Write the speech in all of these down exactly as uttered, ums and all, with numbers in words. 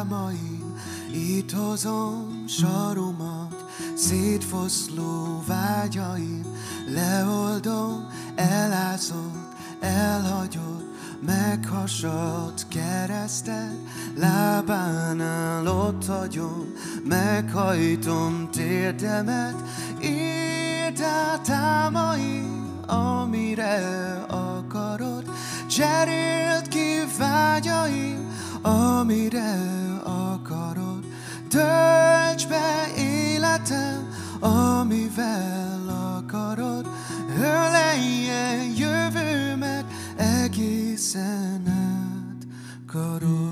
álmaim, itt hozom saromat, szétfoszló vágyaim, leoldom, elázott, elhagyott, meghasadt keresztet, lábánál ott hagyom, meghajtom térdemet, írd át álmaim, amire akarod, cseréld ki vágyaim, amire akarod, tölts be életem, amivel akarod, ölelje jövőmet, egészen át karod.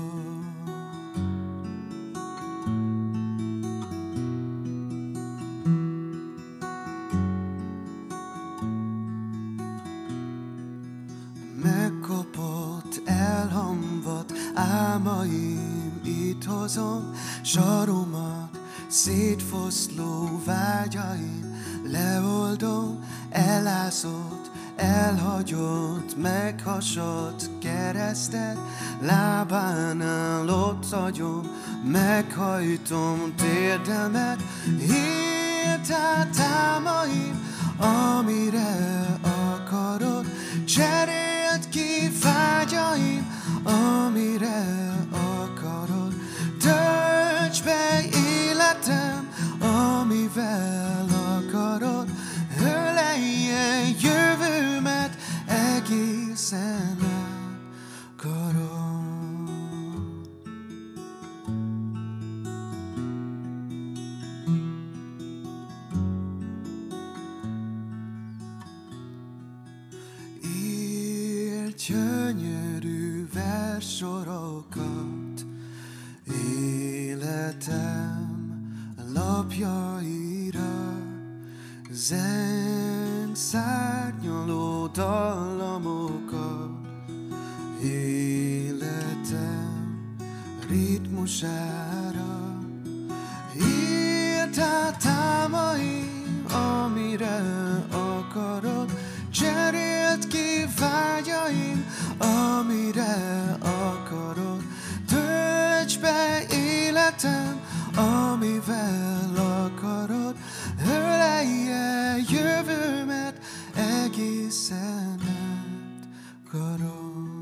Megkopott, elhamvadt álmaim, itt hozom saromat, szétfoszló vágyaim, leoldom, elázott, elhagyott, meghasadt keresztet, lábánál ott hagyom, meghajtom térdemet, írd át álmaim, amire akarod, cseréld ki vágyaim, amire akarod, tölts be életem, amivel akarod, ölelje jövőmet, egészen át karod. Gyönyörű versorokat életem lapjaira, zeng szárnyaló dallamokat életem ritmusára. Írd át álmaim, amire akarod, cseréld ki vágyaim, amire akarod, tölts be életem, amivel akarod, ölelje jövőmet, egészen át karod.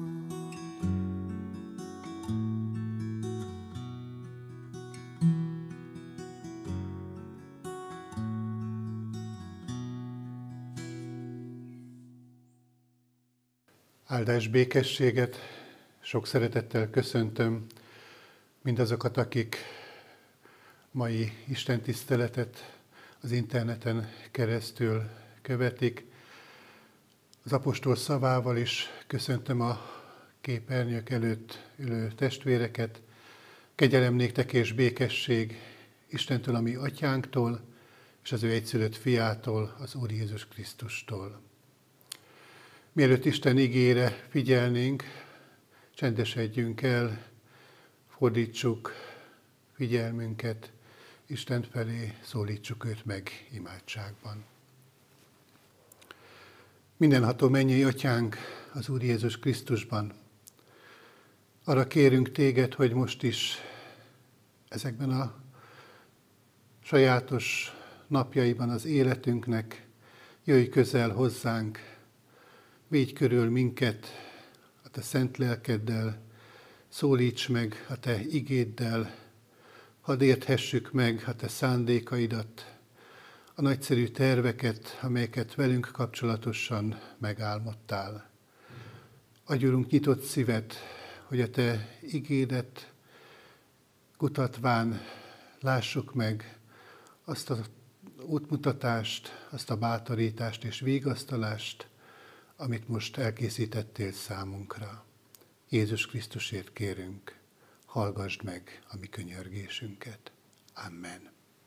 Áldás, békességet, sok szeretettel köszöntöm mindazokat, akik mai istentiszteletet az interneten keresztül követik. Az apostol szavával is köszöntöm a képernyők előtt ülő testvéreket. Kegyelem néktek és békesség Istentől, a mi atyánktól, és az ő egyszülött fiától, az Úr Jézus Krisztustól. Mielőtt Isten igére figyelnénk, csendesedjünk el, fordítsuk figyelmünket Isten felé, szólítsuk őt meg imádságban. Mindenható mennyei atyánk az Úr Jézus Krisztusban, arra kérünk téged, hogy most is ezekben a sajátos napjaiban az életünknek jöjj közel hozzánk, védj körül minket a te szent lelkeddel, szólíts meg a te igéddel, hadd érthessük meg a te szándékaidat, a nagyszerű terveket, amelyeket velünk kapcsolatosan megálmodtál. Adj, Urunk, nyitott szívet, hogy a te igédet kutatván lássuk meg azt az útmutatást, azt a bátorítást és vigasztalást, amit most elkészítettél számunkra. Jézus Krisztusért kérünk, hallgasd meg a mi könyörgésünket. Amen.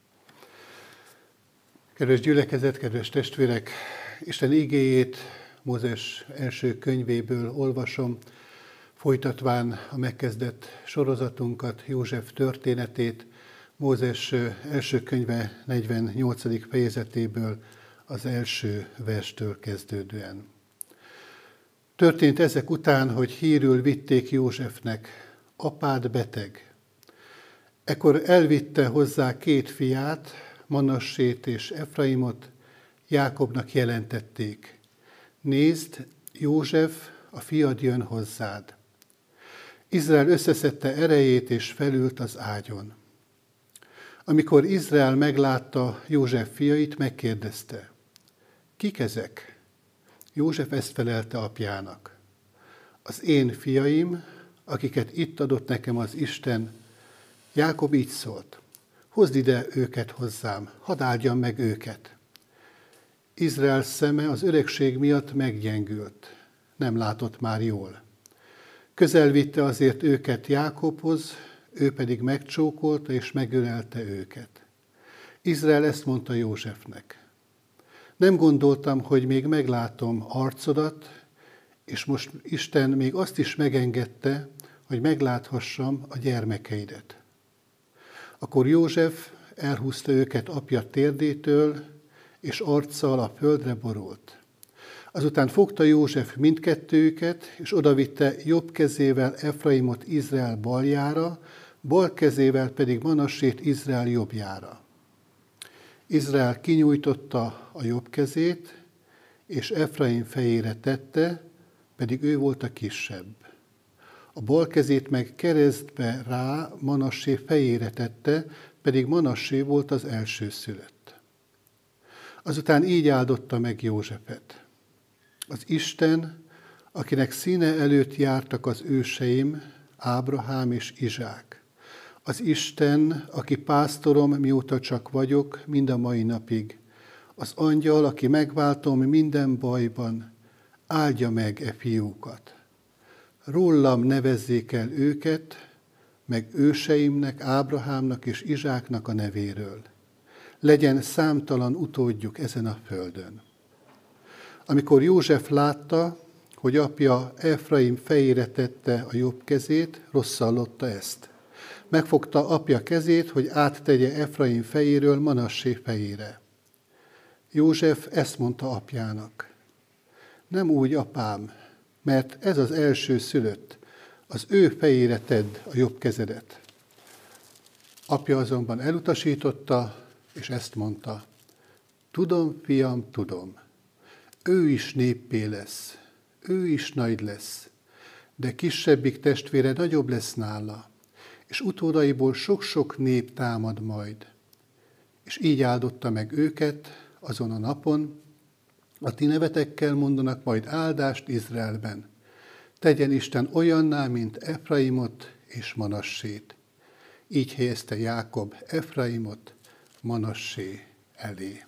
Kedves gyülekezet, kedves testvérek, Isten igéjét Mózes első könyvéből olvasom, folytatván a megkezdett sorozatunkat, József történetét, Mózes első könyve negyvennyolcadik fejezetéből, az első verstől kezdődően. Történt ezek után, hogy hírül vitték Józsefnek, apád beteg. Ekkor elvitte hozzá két fiát, Manassét és Efraimot, Jákobnak jelentették: nézd, József, a fiad jön hozzád. Izrael összeszedte erejét és felült az ágyon. Amikor Izrael meglátta József fiait, megkérdezte: kik ezek? József ezt felelte apjának: az én fiaim, akiket itt adott nekem az Isten. Jákob így szólt: hozd ide őket hozzám, hadd áldjam meg őket. Izrael szeme az öregség miatt meggyengült, nem látott már jól. Közel vitte azért őket Jákobhoz, ő pedig megcsókolta és megölelte őket. Izrael ezt mondta Józsefnek: nem gondoltam, hogy még meglátom arcodat, és most Isten még azt is megengedte, hogy megláthassam a gyermekeidet. Akkor József elhúzta őket apja térdétől, és arccal a földre borult. Azután fogta József mindkettőjüket, és odavitte jobb kezével Efraimot Izrael baljára, bal kezével pedig Manassét Izrael jobbjára. Izrael kinyújtotta a jobb kezét, és Efraim fejére tette, pedig ő volt a kisebb. A bal kezét meg keresztbe rá Manassé fejére tette, pedig Manassé volt az elsőszülött. Azután így áldotta meg Józsefet: az Isten, akinek színe előtt jártak az őseim, Ábrahám és Izsák. Az Isten, aki pásztorom, mióta csak vagyok, mind a mai napig. Az angyal, aki megváltom minden bajban, áldja meg e fiúkat. Rólam nevezzék el őket, meg őseimnek, Ábrahámnak és Izsáknak a nevéről. Legyen számtalan utódjuk ezen a földön. Amikor József látta, hogy apja Efraim fejére tette a jobb kezét, rosszallotta ezt. Megfogta apja kezét, hogy áttegye Efraim fejéről Manassé fejére. József ezt mondta apjának: nem úgy, apám, mert ez az első szülött, az ő fejére tedd a jobb kezedet. Apja azonban elutasította, és ezt mondta: tudom, fiam, tudom, ő is néppé lesz, ő is nagy lesz, de kisebbik testvére nagyobb lesz nála, és utódaiból sok-sok nép támad majd. És így áldotta meg őket azon a napon: a ti nevetekkel mondanak majd áldást Izraelben. Tegyen Isten olyanná, mint Efraimot és Manassét. Így helyezte Jákob Efraimot Manassé elé.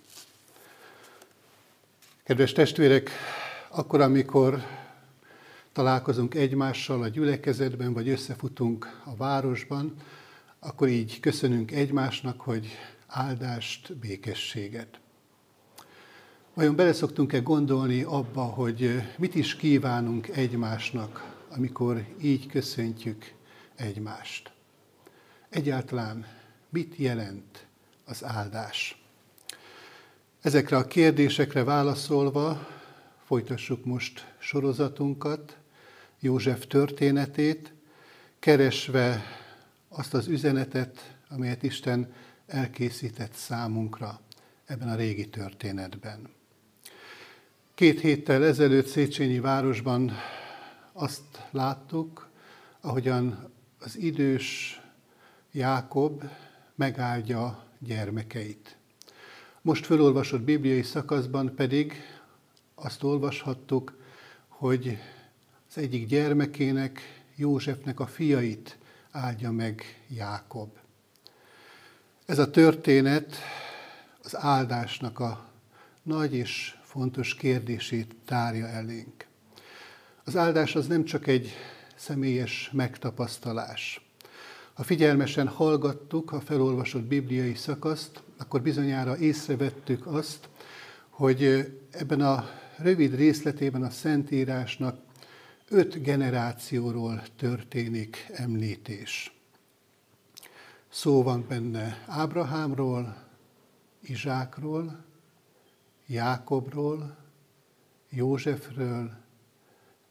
Kedves testvérek, akkor, amikor találkozunk egymással a gyülekezetben, vagy összefutunk a városban, akkor így köszönünk egymásnak, hogy áldást, békességet. Vajon bele szoktunk-e gondolni abba, hogy mit is kívánunk egymásnak, amikor így köszöntjük egymást? Egyáltalán mit jelent az áldás? Ezekre a kérdésekre válaszolva folytassuk most sorozatunkat, József történetét, keresve azt az üzenetet, amelyet Isten elkészített számunkra ebben a régi történetben. Két héttel ezelőtt Széchenyi városban azt láttuk, ahogyan az idős Jákob megáldja gyermekeit. Most felolvasott bibliai szakaszban pedig azt olvashattuk, hogy az egyik gyermekének, Józsefnek a fiait áldja meg Jákob. Ez a történet az áldásnak a nagy és fontos kérdését tárja elénk. Az áldás az nem csak egy személyes megtapasztalás. Ha figyelmesen hallgattuk a felolvasott bibliai szakaszt, akkor bizonyára észrevettük azt, hogy ebben a rövid részletében a Szentírásnak öt generációról történik említés. Szó van benne Ábrahámról, Izsákról, Jákobról, Józsefről,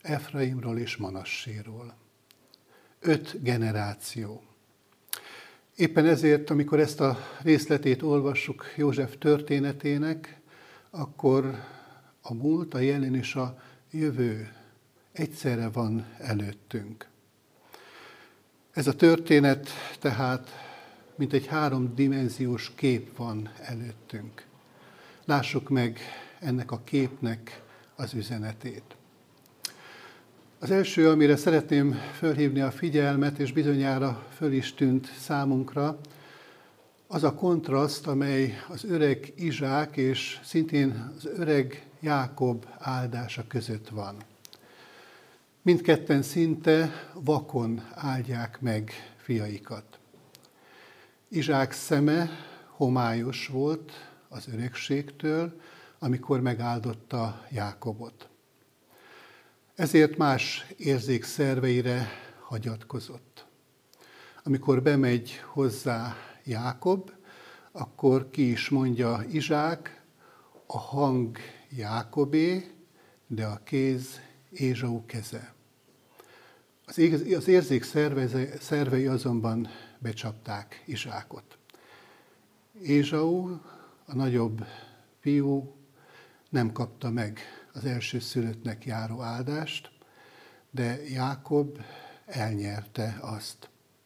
Efraimról és Manasséról. Öt generáció. Éppen ezért, amikor ezt a részletét olvassuk József történetének, akkor a múlt, a jelen és a jövő egyszerre van előttünk. Ez a történet tehát mint egy háromdimenziós kép van előttünk. Lássuk meg ennek a képnek az üzenetét. Az első, amire szeretném fölhívni a figyelmet, és bizonyára föl is tűnt számunkra, az a kontraszt, amely az öreg Izsák és szintén az öreg Jákob áldása között van. Mindketten szinte vakon áldják meg fiaikat. Izsák szeme homályos volt az öregségtől, amikor megáldotta Jákobot. Ezért más érzékszerveire hagyatkozott. Amikor bemegy hozzá Jákob, akkor ki is mondja Izsák, a hang Jákobé, de a kéz Ézsau keze. Az érzék szervei azonban becsapták Izsákot. Ézsau, a nagyobb fiú, nem kapta meg az elsőszülöttnek járó áldást, de Jákob elnyerte azt.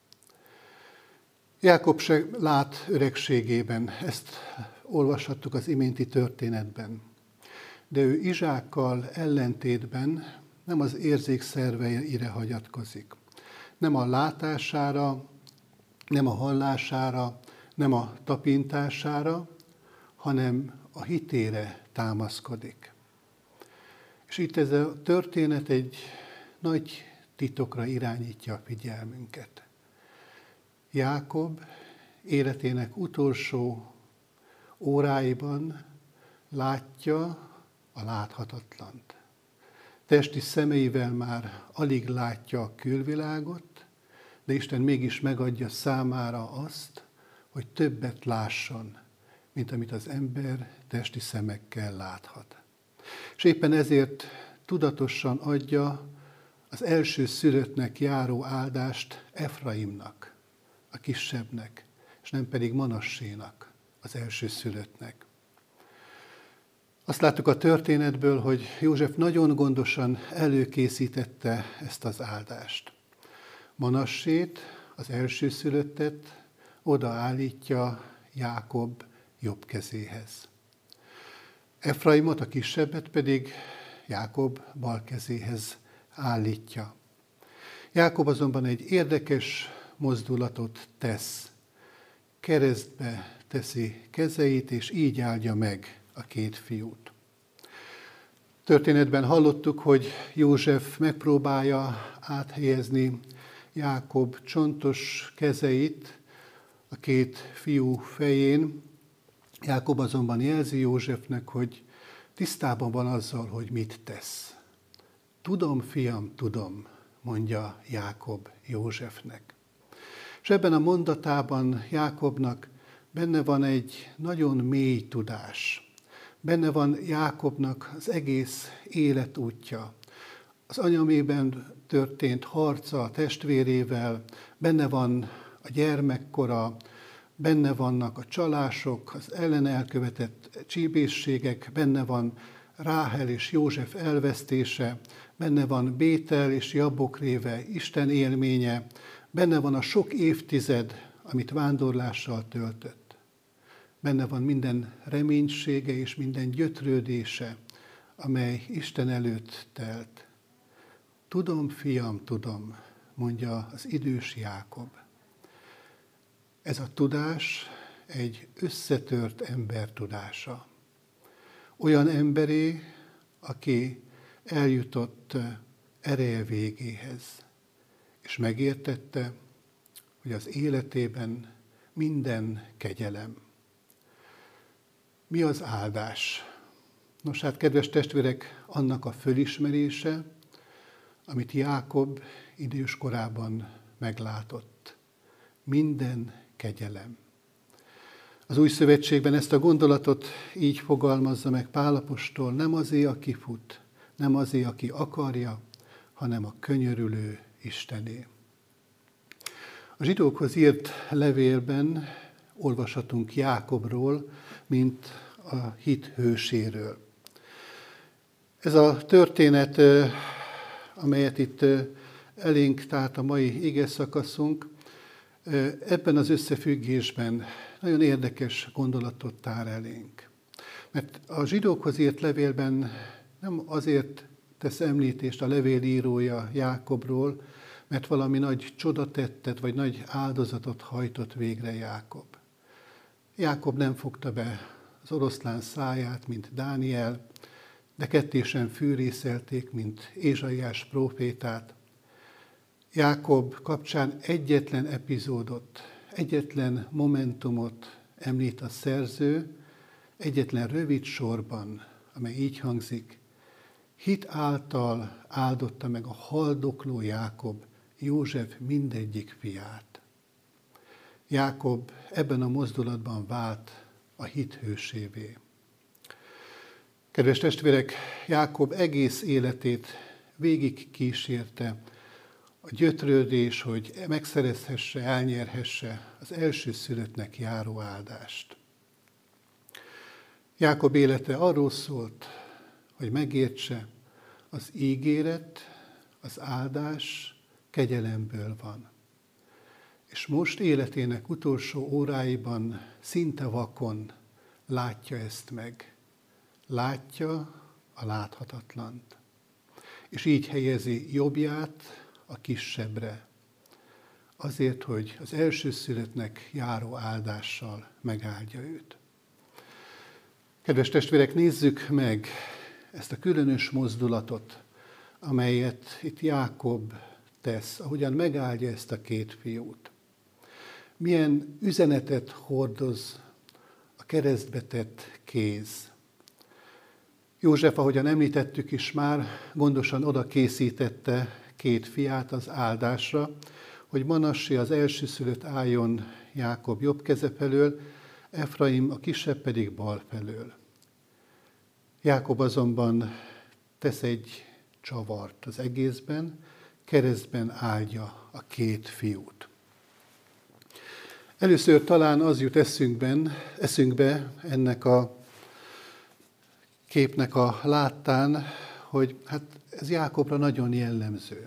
Jákob se lát öregségében, ezt olvashattuk az iménti történetben. De ő Izsákkal ellentétben nem az érzékszerveire hagyatkozik. Nem a látására, nem a hallására, nem a tapintására, hanem a hitére támaszkodik. És itt ez a történet egy nagy titokra irányítja a figyelmünket. Jákob életének utolsó óráiban látja a láthatatlant. Testi szemeivel már alig látja a külvilágot, de Isten mégis megadja számára azt, hogy többet lásson, mint amit az ember testi szemekkel láthat. És éppen ezért tudatosan adja az első szülöttnek járó áldást Efraimnak, a kisebbnek, és nem pedig Manassénak, az első szülöttnek. Azt láttuk a történetből, hogy József nagyon gondosan előkészítette ezt az áldást. Manassét, az elsőszülöttet odaállítja Jákob jobb kezéhez. Efraimot, a kisebbet pedig Jákob bal kezéhez állítja. Jákob azonban egy érdekes mozdulatot tesz. Keresztbe teszi kezeit, és így áldja meg a két fiút. Történetben hallottuk, hogy József megpróbálja áthelyezni Jákob csontos kezeit a két fiú fején. Jákob azonban jelzi Józsefnek, hogy tisztában van azzal, hogy mit tesz. Tudom, fiam, tudom, mondja Jákob Józsefnek. És ebben a mondatában Jákobnak benne van egy nagyon mély tudás. Benne van Jákobnak az egész életútja. Az anyamében történt harca a testvérével, benne van a gyermekkora, benne vannak a csalások, az ellen elkövetett csípésségek, benne van Ráhel és József elvesztése, benne van Bétel és Jabbokréve Isten élménye, benne van a sok évtized, amit vándorlással töltött. Benne van minden reménysége és minden gyötrődése, amely Isten előtt telt. Tudom, fiam, tudom, mondja az idős Jákob. Ez a tudás egy összetört ember tudása. Olyan emberé, aki eljutott ereje végéhez, és megértette, hogy az életében minden kegyelem. Mi az áldás? Nos hát, kedves testvérek, annak a fölismerése, amit Jákob idős korában meglátott. Minden kegyelem. Az Új Szövetségben ezt a gondolatot így fogalmazza meg Pál apostol, nem azé, aki fut, nem azé, aki akarja, hanem a könyörülő Istené. A zsidókhoz írt levélben olvashatunk Jákobról, mint a hit hőséről. Ez a történet, amelyet itt elénk tárt a mai ige szakaszunk, ebben az összefüggésben nagyon érdekes gondolatot tár elénk. Mert a zsidókhoz írt levélben nem azért tesz említést a levélírója Jákobról, mert valami nagy csodatettet vagy nagy áldozatot hajtott végre Jákob. Jákob nem fogta be az oroszlán száját, mint Dániel, de kettésen fűrészelték, mint Ézsaiás prófétát. Jákob kapcsán egyetlen epizódot, egyetlen momentumot említ a szerző, egyetlen rövid sorban, amely így hangzik: hit által áldotta meg a haldokló Jákob József mindegyik fiát. Jákob ebben a mozdulatban vált a hit hősévé. Kedves testvérek, Jákob egész életét végig kísérte a gyötrődés, hogy megszerezhesse, elnyerhesse az elsőszülöttnek járó áldást. Jákob élete arról szólt, hogy megértse, az ígéret, az áldás kegyelemből van. És most életének utolsó óráiban szinte vakon látja ezt meg. Látja a láthatatlant. És így helyezi jobbját a kisebbre. Azért, hogy az elsőszülöttnek járó áldással megáldja őt. Kedves testvérek, nézzük meg ezt a különös mozdulatot, amelyet itt Jákob tesz, ahogyan megáldja ezt a két fiút. Milyen üzenetet hordoz a keresztbe tett kéz. József, ahogyan említettük is már, gondosan oda készítette két fiát az áldásra, hogy Manassé az elsőszülött álljon Jákob jobb keze felől, Efraim a kisebb pedig bal felől. Jákob azonban tesz egy csavart az egészben, keresztben áldja a két fiút. Először talán az jut eszünkben, eszünkbe ennek a képnek a láttán, hogy hát ez Jákobra nagyon jellemző.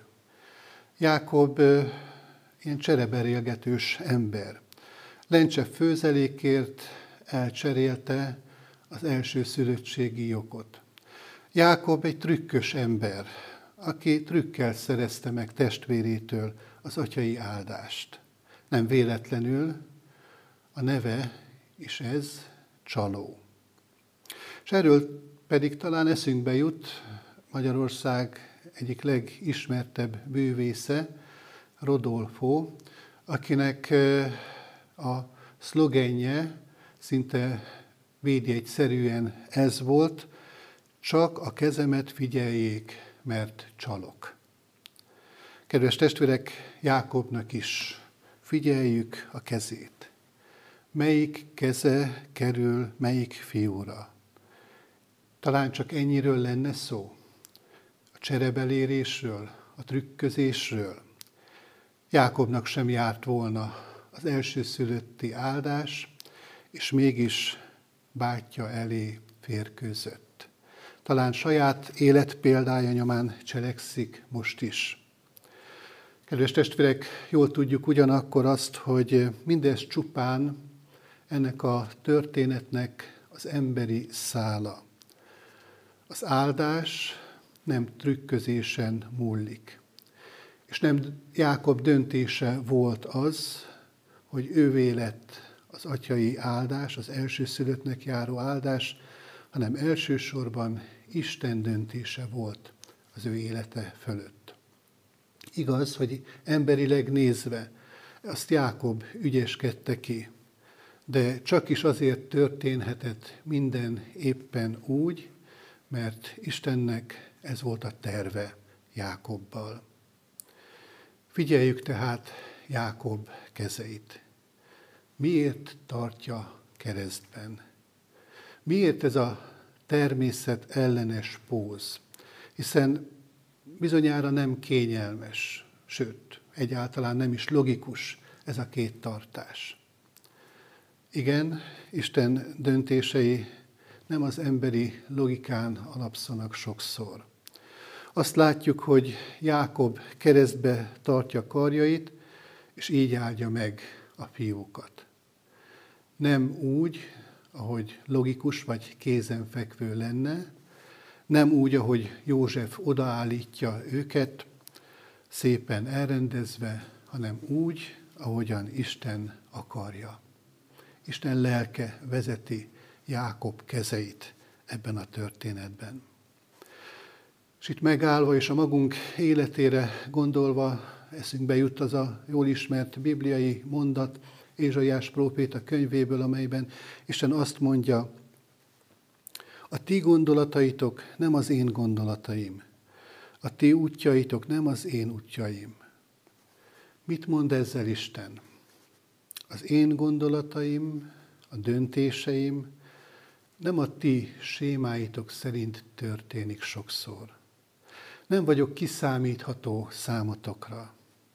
Jákob ilyen csereberélgetős ember. Lencse főzelékért elcserélte az elsőszülöttségi jogot. Jákob egy trükkös ember, aki trükkel szerezte meg testvérétől az atyai áldást. Nem véletlenül a neve is ez, csaló. És erről pedig talán eszünkbe jut Magyarország egyik legismertebb bűvésze, Rodolfo, akinek a szlogenje szinte védjegyszerűen ez volt: csak a kezemet figyeljék, mert csalok. Kedves testvérek, Jákobnak is figyeljük a kezét. Melyik keze kerül melyik fiúra? Talán csak ennyiről lenne szó. A cserebelérésről, a trükközésről. Jákobnak sem járt volna az elsőszülötti áldás, és mégis bátyja elé férkőzött. Talán saját életpéldája nyomán cselekszik most is. Kedves testvérek, jól tudjuk ugyanakkor azt, hogy mindez csupán ennek a történetnek az emberi szála. Az áldás nem trükközésen múlik. És nem Jákob döntése volt az, hogy ővé lett az atyai áldás, az elsőszülöttnek járó áldás, hanem elsősorban Isten döntése volt az ő élete fölött. Igaz, hogy emberileg nézve azt Jákob ügyeskedte ki, de csak is azért történhetett minden éppen úgy, mert Istennek ez volt a terve Jákobbal. Figyeljük tehát Jákob kezeit. Miért tartja keresztben? Miért ez a természet ellenes póz? Hiszen bizonyára nem kényelmes, sőt, egyáltalán nem is logikus ez a két tartás. Igen, Isten döntései nem az emberi logikán alapszanak sokszor. Azt látjuk, hogy Jákob keresztbe tartja karjait, és így áldja meg a fiúkat. Nem úgy, ahogy logikus vagy kézenfekvő lenne, nem úgy, ahogy József odaállítja őket, szépen elrendezve, hanem úgy, ahogyan Isten akarja. Isten lelke vezeti Jákob kezeit ebben a történetben. És itt megállva és a magunk életére gondolva eszünkbe jut az a jól ismert bibliai mondat Ézsaiás próféta könyvéből, amelyben Isten azt mondja, a ti gondolataitok nem az én gondolataim, a ti útjaitok nem az én útjaim. Mit mond ezzel Isten? Az én gondolataim, a döntéseim nem a ti sémáitok szerint történik sokszor. Nem vagyok kiszámítható számotokra.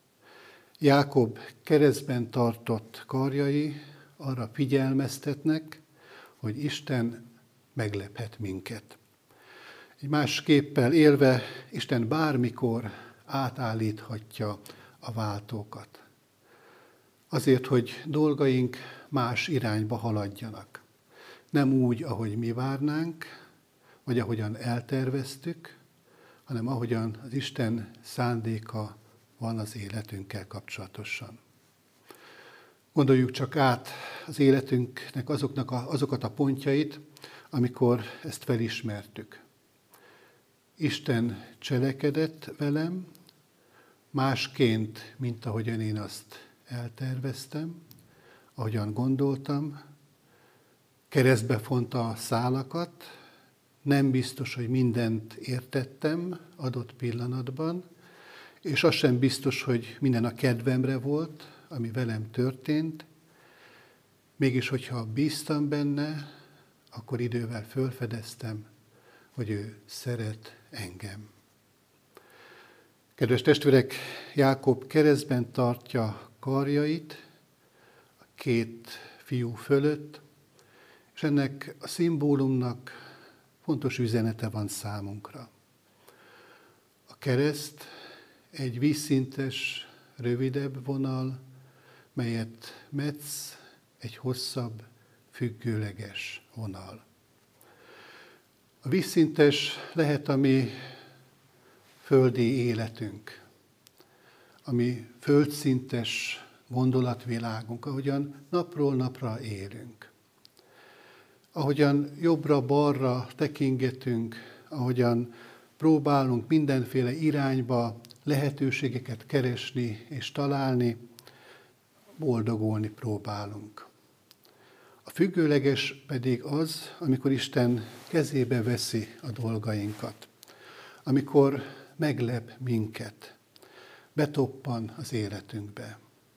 Jákob keresztben tartott karjai arra figyelmeztetnek, hogy Isten meglephet minket. Egy más képpel élve, Isten bármikor átállíthatja a váltókat. Azért, hogy dolgaink más irányba haladjanak. Nem úgy, ahogy mi várnánk, vagy ahogyan elterveztük, hanem ahogyan az Isten szándéka van az életünkkel kapcsolatosan. Gondoljuk csak át az életünknek azoknak a, azokat a pontjait, amikor ezt felismertük. Isten cselekedett velem, másként, mint ahogyan én azt elterveztem, ahogyan gondoltam, keresztbe fonta a szálakat, nem biztos, hogy mindent értettem adott pillanatban, és az sem biztos, hogy minden a kedvemre volt, ami velem történt. Mégis, hogyha bíztam benne, akkor idővel fölfedeztem, hogy ő szeret engem. Kedves testvérek, Jákob keresztben tartja karjait a két fiú fölött, és ennek a szimbólumnak fontos üzenete van számunkra. A kereszt egy vízszintes, rövidebb vonal, melyet metsz egy hosszabb, függőleges vonal. A vízszintes lehet a mi földi életünk, a mi földszintes gondolatvilágunk, ahogyan napról napra élünk. Ahogyan jobbra-balra tekingetünk, ahogyan próbálunk mindenféle irányba lehetőségeket keresni és találni, boldogulni próbálunk. A függőleges pedig az, amikor Isten kezébe veszi a dolgainkat, amikor meglep minket, betoppan az életünkbe.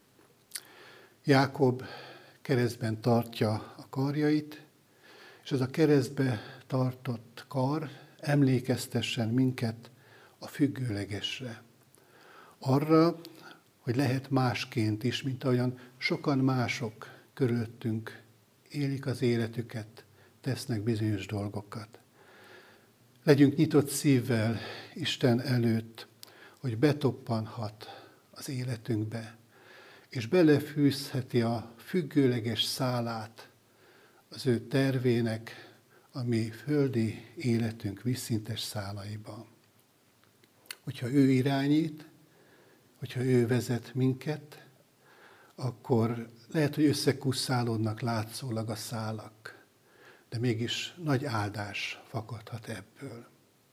Jákob keresztben tartja a karjait, és ez a keresztbe tartott kar emlékeztessen minket a függőlegesre. Arra, hogy lehet másként is, mint ahogyan sokan mások körülöttünk élik az életüket, tesznek bizonyos dolgokat. Legyünk nyitott szívvel Isten előtt, hogy betoppanhat az életünkbe, és belefűzheti a függőleges szálát az ő tervének, a mi földi életünk vízszintes szálaiba. Hogyha ő irányít, hogyha ő vezet minket, akkor lehet, hogy összekusszálódnak látszólag a szálak, de mégis nagy áldás fakadhat ebből.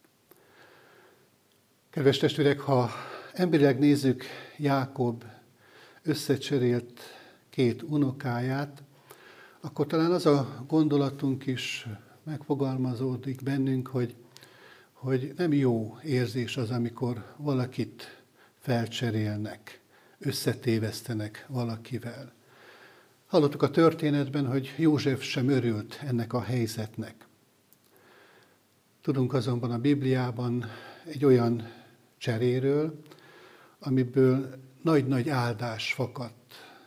Kedves testvérek, ha emberileg nézzük Jákob összecserélt két unokáját, akkor talán az a gondolatunk is megfogalmazódik bennünk, hogy, hogy nem jó érzés az, amikor valakit felcserélnek, összetévesztenek valakivel. Hallottuk a történetben, hogy József sem örült ennek a helyzetnek. Tudunk azonban a Bibliában egy olyan cseréről, amiből nagy-nagy áldás fakadt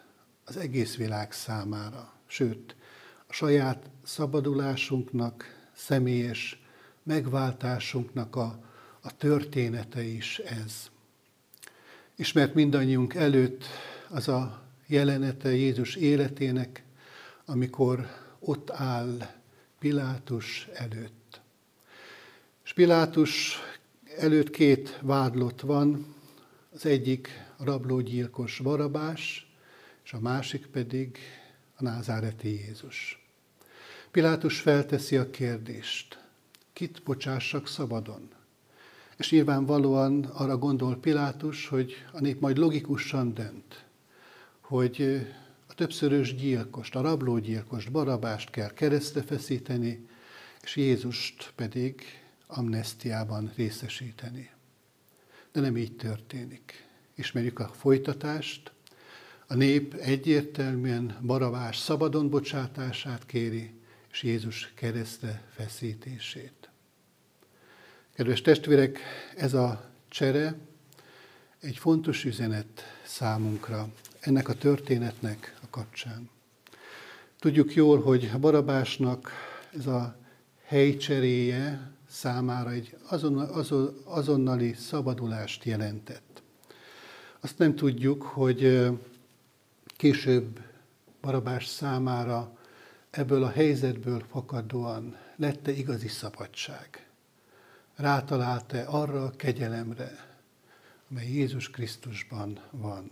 az egész világ számára. Sőt, a saját szabadulásunknak, személyes megváltásunknak a, a története is ez. Ismert mindannyiunk előtt az a jelenete Jézus életének, amikor ott áll Pilátus előtt. És Pilátus előtt két vádlott van, az egyik a rablógyilkos Barabás, és a másik pedig a názáreti Jézus. Pilátus felteszi a kérdést, kit bocsássak szabadon? És nyilvánvalóan arra gondol Pilátus, hogy a nép majd logikusan dönt, hogy a többszörös gyilkost, a rablógyilkost, Barabást kell keresztre feszíteni, és Jézust pedig amnesztiában részesíteni. De nem így történik. Ismerjük a folytatást. A nép egyértelműen Barabás szabadon bocsátását kéri, és Jézus keresztre feszítését. Kedves testvérek, ez a csere egy fontos üzenet számunkra, ennek a történetnek a kapcsán. Tudjuk jól, hogy Barabásnak ez a helycseréje számára egy azon, azon, azonnali szabadulást jelentett. Azt nem tudjuk, hogy később Barabás számára ebből a helyzetből fakadóan lett-e igazi szabadság. Rátalált-e arra a kegyelemre, amely Jézus Krisztusban van.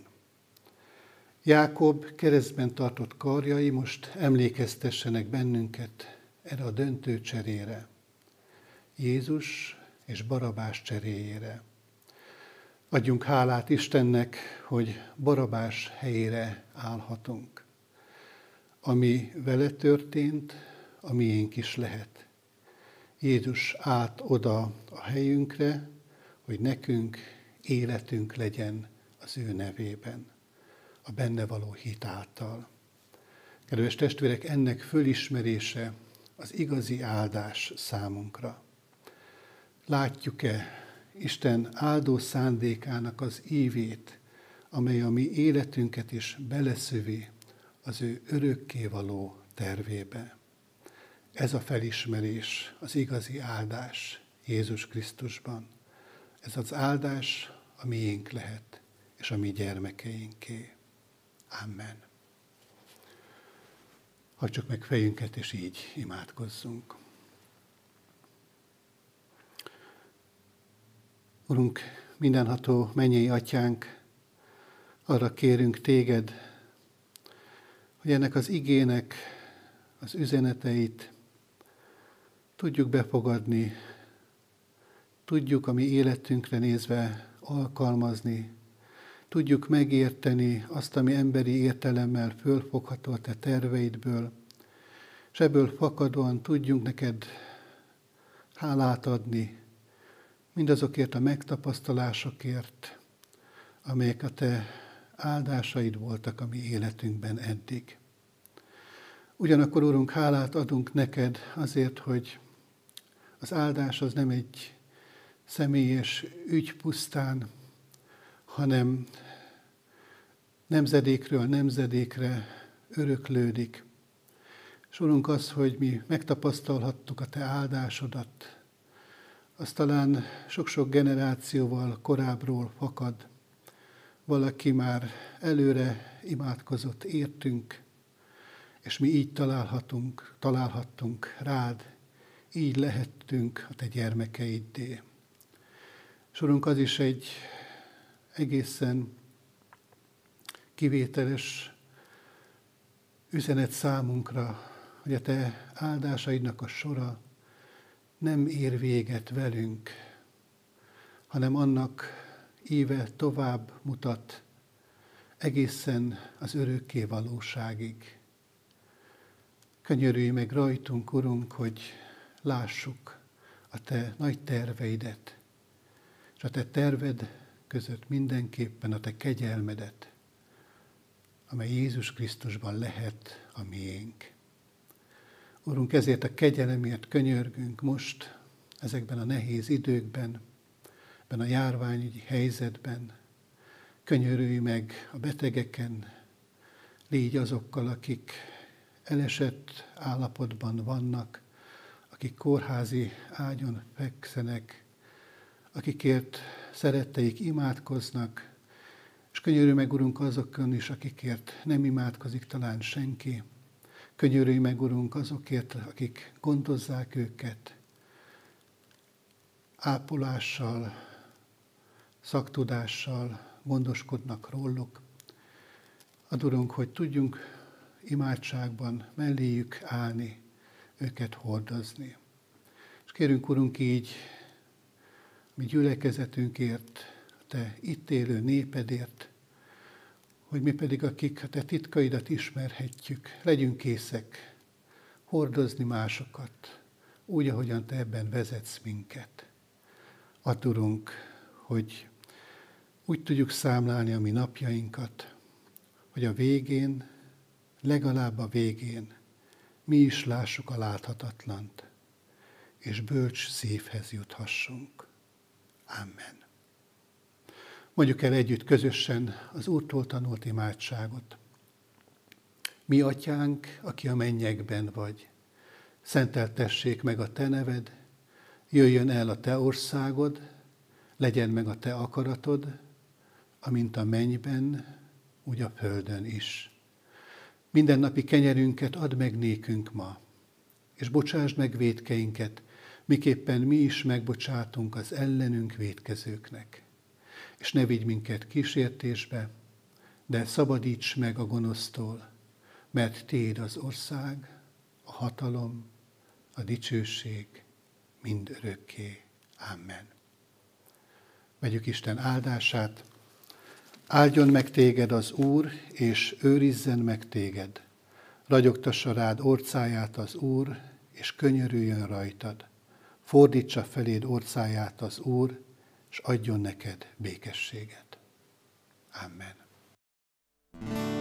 Jákob keresztben tartott karjai most emlékeztessenek bennünket erre a döntő cserére. Jézus és Barabás cseréjére. Adjunk hálát Istennek, hogy Barabás helyére állhatunk. Ami vele történt, a miénk is lehet. Jézus állt oda a helyünkre, hogy nekünk életünk legyen az ő nevében, a benne való hit által. Kedves testvérek, ennek fölismerése az igazi áldás számunkra. Látjuk-e Isten áldó szándékának az ívét, amely a mi életünket is beleszövi az ő örökkévaló tervébe? Ez a felismerés, az igazi áldás Jézus Krisztusban. Ez az áldás a miénk lehet, és a mi gyermekeinké. Amen. Hajtsuk meg fejünket, és így imádkozzunk. Urunk, mindenható mennyei atyánk, arra kérünk téged, hogy ennek az igének az üzeneteit tudjuk befogadni, tudjuk a mi életünkre nézve alkalmazni, tudjuk megérteni azt, ami emberi értelemmel fölfogható a te terveidből, és ebből fakadóan tudjunk neked hálát adni, mindazokért a megtapasztalásokért, amelyek a te áldásaid voltak a mi életünkben eddig. Ugyanakkor, Urunk, hálát adunk neked azért, hogy az áldás az nem egy személyes ügy pusztán, hanem nemzedékről nemzedékre öröklődik. És Urunk, az, hogy mi megtapasztalhattuk a te áldásodat, az talán sok-sok generációval korábbról fakad. Valaki már előre imádkozott értünk, és mi így találhatunk, találhattunk rád, így lehettünk a te gyermekeiddé. És Urunk, az is egy egészen kivételes üzenet számunkra, hogy a te áldásaidnak a sora nem ér véget velünk, hanem annak íve tovább mutat egészen az örökké valóságig. Könyörülj meg rajtunk, Urunk, hogy lássuk a te nagy terveidet, és a te terved között mindenképpen a te kegyelmedet, amely Jézus Krisztusban lehet a miénk. Urunk, ezért a kegyelemért könyörgünk most, ezekben a nehéz időkben, ebben a járványügyi helyzetben. Könyörülj meg a betegeken, Légy azokkal, akik elesett állapotban vannak, akik kórházi ágyon fekszenek, akikért szeretteik imádkoznak, és könyörülj meg, Urunk, azokon is, akikért nem imádkozik talán senki. Könyörülj meg, Urunk, azokért, akik gondozzák őket, ápolással, szaktudással gondoskodnak róluk. Add, Urunk, hogy tudjunk imádságban melléjük állni, őket hordozni. És kérünk, Urunk, így mi gyülekezetünkért, a Te itt élő népedért, hogy mi pedig, akik a Te titkaidat ismerhetjük, legyünk készek hordozni másokat, úgy, ahogyan Te ebben vezetsz minket. Add, Urunk, hogy úgy tudjuk számlálni a mi napjainkat, hogy a végén, legalább a végén mi is lássuk a láthatatlant, és bölcs szívhez juthassunk. Amen. Mondjuk el együtt közösen az Úrtól tanult imádságot. Mi Atyánk, aki a mennyekben vagy, szenteltessék meg a Te neved, jöjjön el a Te országod, legyen meg a Te akaratod, amint a mennyben, úgy a földön is. Mindennapi kenyerünket add meg nékünk ma, és bocsásd meg vétkeinket, miképpen mi is megbocsátunk az ellenünk vétkezőknek. És ne vigy minket kísértésbe, de szabadíts meg a gonosztól, mert Tiéd az ország, a hatalom, a dicsőség mind örökké. Amen. Vegyük Isten áldását. Áldjon meg téged az Úr, és őrizzen meg téged. Ragyogtassa rád orcáját az Úr, és könyörüljön rajtad. Fordítsa feléd orcáját az Úr, és adjon neked békességet. Amen.